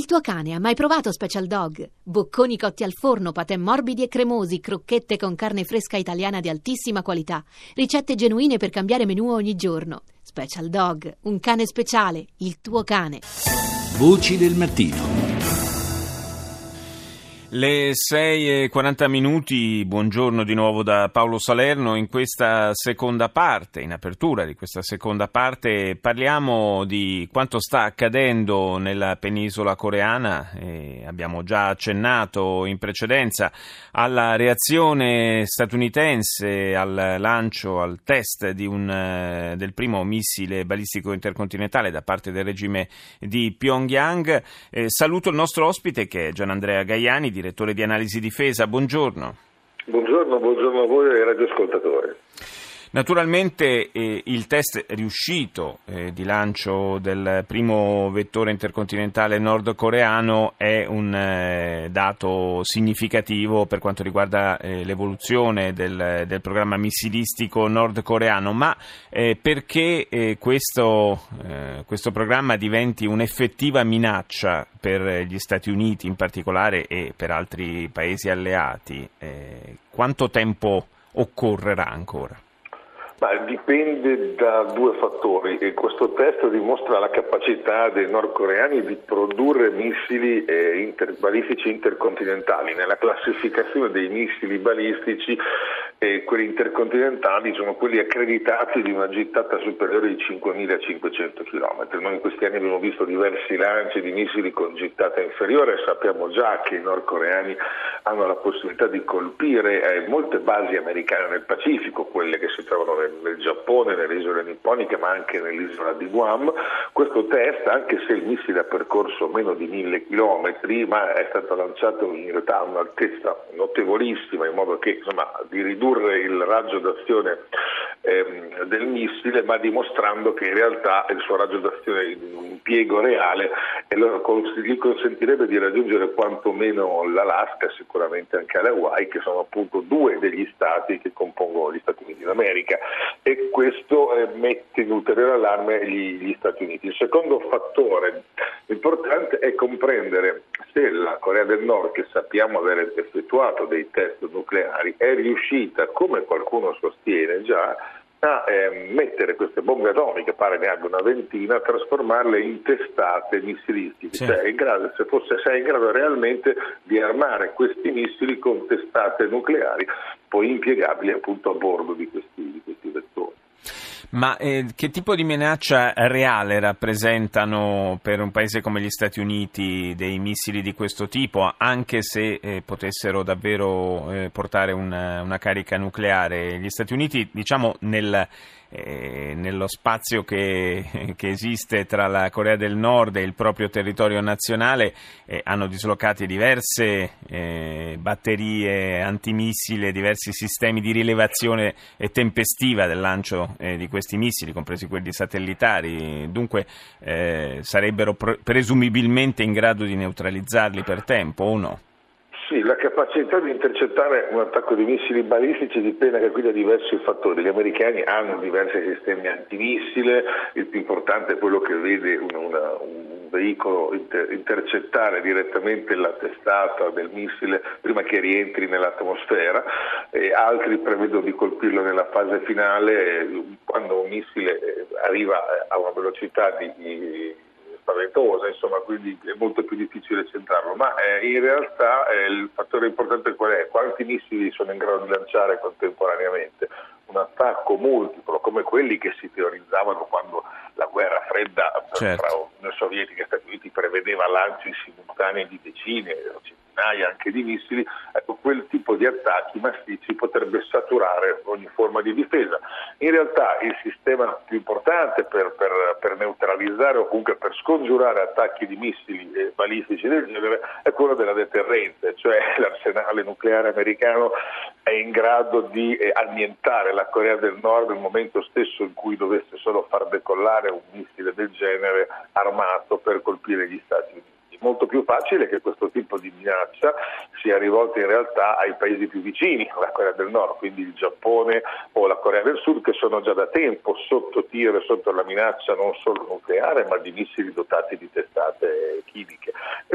tuo cane ha mai provato Special Dog? Bocconi cotti al forno, patè morbidi e cremosi, crocchette con carne fresca italiana di altissima qualità, ricette genuine per cambiare menù ogni giorno. Special Dog, un cane speciale, il tuo cane. Voci del mattino. Le 6:40, buongiorno di nuovo da Paolo Salerno. In questa seconda parte, in apertura di questa seconda parte, parliamo di quanto sta accadendo nella penisola coreana. Abbiamo già accennato in precedenza alla reazione statunitense al lancio, al test del primo missile balistico intercontinentale da parte del regime di Pyongyang. Saluto il nostro ospite che è Gianandrea Gaiani, direttore di Analisi Difesa. Buongiorno. Buongiorno a voi e ai radioascoltatori. Naturalmente il test riuscito di lancio del primo vettore intercontinentale nordcoreano è un dato significativo per quanto riguarda l'evoluzione del programma missilistico nordcoreano, ma perché questo programma diventi un'effettiva minaccia per gli Stati Uniti in particolare e per altri paesi alleati, quanto tempo occorrerà ancora? Ma dipende da due fattori e questo test dimostra la capacità dei nordcoreani di produrre missili balistici intercontinentali. Nella classificazione dei missili balistici quelli intercontinentali sono quelli accreditati di una gittata superiore di 5.500 km. Noi in questi anni abbiamo visto diversi lanci di missili con gittata inferiore e sappiamo già che i nordcoreani hanno la possibilità di colpire molte basi americane nel Pacifico, quelle che si trovano nel Giappone, nelle isole nipponiche, ma anche nell'isola di Guam. Questo test, anche se il missile ha percorso meno di 1.000 km, ma è stato lanciato in realtà a un'altezza notevolissima, in modo che di ridurre il raggio d'azione del missile, ma dimostrando che in realtà il suo raggio d'azione in un impiego reale gli consentirebbe di raggiungere quantomeno l'Alaska, sicuramente anche l'Hawaii, che sono appunto due degli stati che compongono gli Stati Uniti d'America, e questo mette in ulteriore allarme gli Stati Uniti. Il secondo fattore importante è comprendere se la Corea del Nord, che sappiamo aver effettuato dei test nucleari, è riuscita, come qualcuno sostiene già, a mettere queste bombe atomiche, pare ne abbia una ventina, a trasformarle in testate missilistiche, sì. Se è in grado realmente di armare questi missili con testate nucleari, poi impiegabili appunto a bordo di questi vettori. Ma che tipo di minaccia reale rappresentano per un paese come gli Stati Uniti dei missili di questo tipo, anche se potessero davvero portare una carica nucleare? Gli Stati Uniti, diciamo, nello spazio che esiste tra la Corea del Nord e il proprio territorio nazionale, hanno dislocati diverse batterie antimissile, diversi sistemi di rilevazione tempestiva del lancio di questi missili, compresi quelli satellitari. Dunque sarebbero presumibilmente in grado di neutralizzarli per tempo, o no? Sì, la capacità di intercettare un attacco di missili balistici dipende anche qui da diversi fattori. Gli americani hanno diversi sistemi antimissile, il più importante è quello che vede un veicolo intercettare direttamente la testata del missile prima che rientri nell'atmosfera, e altri prevedono di colpirlo nella fase finale, quando un missile arriva a una velocità spaventosa, quindi è molto più difficile centrarlo, ma in realtà il fattore importante qual è? Quanti missili sono in grado di lanciare contemporaneamente? Un attacco multiplo, come quelli che si teorizzavano quando la guerra fredda tra Unione Sovietica e Stati Uniti prevedeva lanci simultanei di decine o centinaia anche di missili. Ecco, quel tipo di attacchi massicci potrebbe saturare ogni forma di difesa. In realtà il sistema più importante per neutralizzare o comunque per scongiurare attacchi di missili balistici del genere è quello della deterrenza, cioè l'arsenale nucleare americano è in grado di annientare la Corea del Nord nel momento stesso in cui dovesse solo far decollare un missile del genere armato per colpire gli Stati Uniti. Molto più facile che questo tipo di minaccia sia rivolta in realtà ai paesi più vicini alla Corea del Nord, quindi il Giappone o la Corea del Sud, che sono già da tempo sotto tiro e sotto la minaccia non solo nucleare ma di missili dotati di testate chimiche. E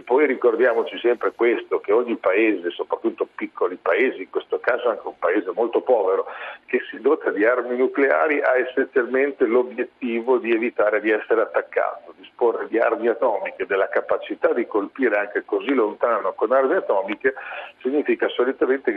poi ricordiamoci sempre questo, che ogni paese, soprattutto piccoli paesi, in questo caso anche un paese molto povero, che si dota di armi nucleari ha essenzialmente l'obiettivo di evitare di essere attaccato. Disporre di armi atomiche, della capacità di colpire anche così lontano con armi atomiche, significa solitamente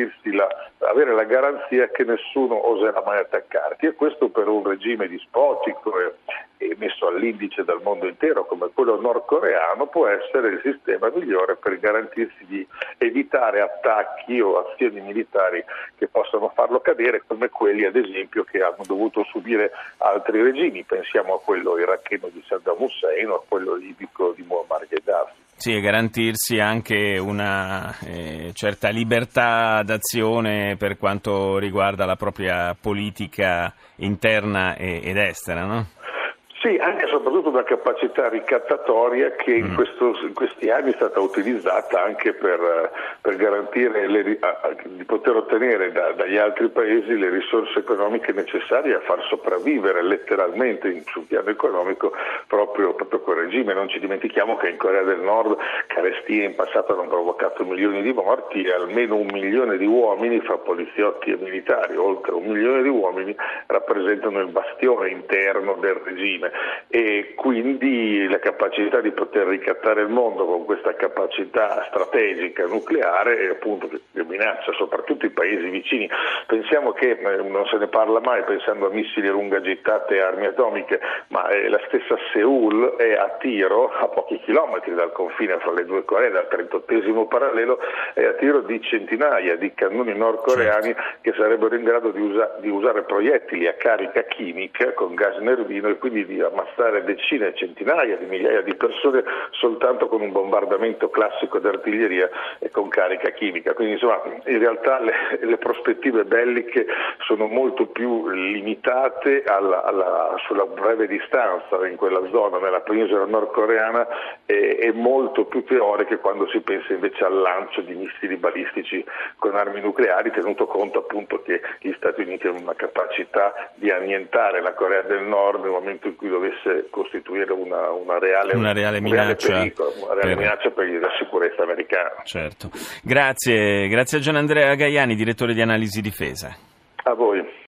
avere la garanzia che nessuno oserà mai attaccarti, e questo per un regime dispotico e messo all'indice dal mondo intero come quello nordcoreano può essere il sistema migliore per garantirsi di evitare attacchi o azioni militari che possano farlo cadere, come quelli ad esempio che hanno dovuto subire altri regimi. Pensiamo a quello iracheno di Saddam Hussein o a quello libico di Muammar Gheddafi. Sì, e garantirsi anche una certa libertà d'azione per quanto riguarda la propria politica interna ed estera, no? Sì, anche e soprattutto una capacità ricattatoria che in questi anni è stata utilizzata anche per garantire di poter ottenere dagli altri paesi le risorse economiche necessarie a far sopravvivere letteralmente sul piano economico proprio quel regime. Non ci dimentichiamo che in Corea del Nord carestie in passato hanno provocato milioni di morti e almeno 1 milione di uomini fra poliziotti e militari, oltre 1 milione di uomini, rappresentano il bastione interno del regime. E quindi la capacità di poter ricattare il mondo con questa capacità strategica nucleare appunto che minaccia soprattutto i paesi vicini. Pensiamo che non se ne parla mai pensando a missili a lunga gittata e armi atomiche, ma la stessa Seul è a tiro, a pochi chilometri dal confine fra le due Coree, dal 38° parallelo, è a tiro di centinaia di cannoni nordcoreani che sarebbero in grado di usare proiettili a carica chimica con gas nervino e quindi di ammazzare decine, centinaia di migliaia di persone soltanto con un bombardamento classico d'artiglieria e con carica chimica. Quindi insomma in realtà le prospettive belliche sono molto più limitate sulla breve distanza in quella zona, nella penisola nordcoreana, e molto più teoriche quando si pensa invece al lancio di missili balistici con armi nucleari, tenuto conto appunto che gli Stati Uniti hanno una capacità di annientare la Corea del Nord nel momento in cui dovesse costituire una reale minaccia, minaccia per la sicurezza americana. Certo. Grazie a Gian Andrea Gaiani, direttore di Analisi Difesa. A voi.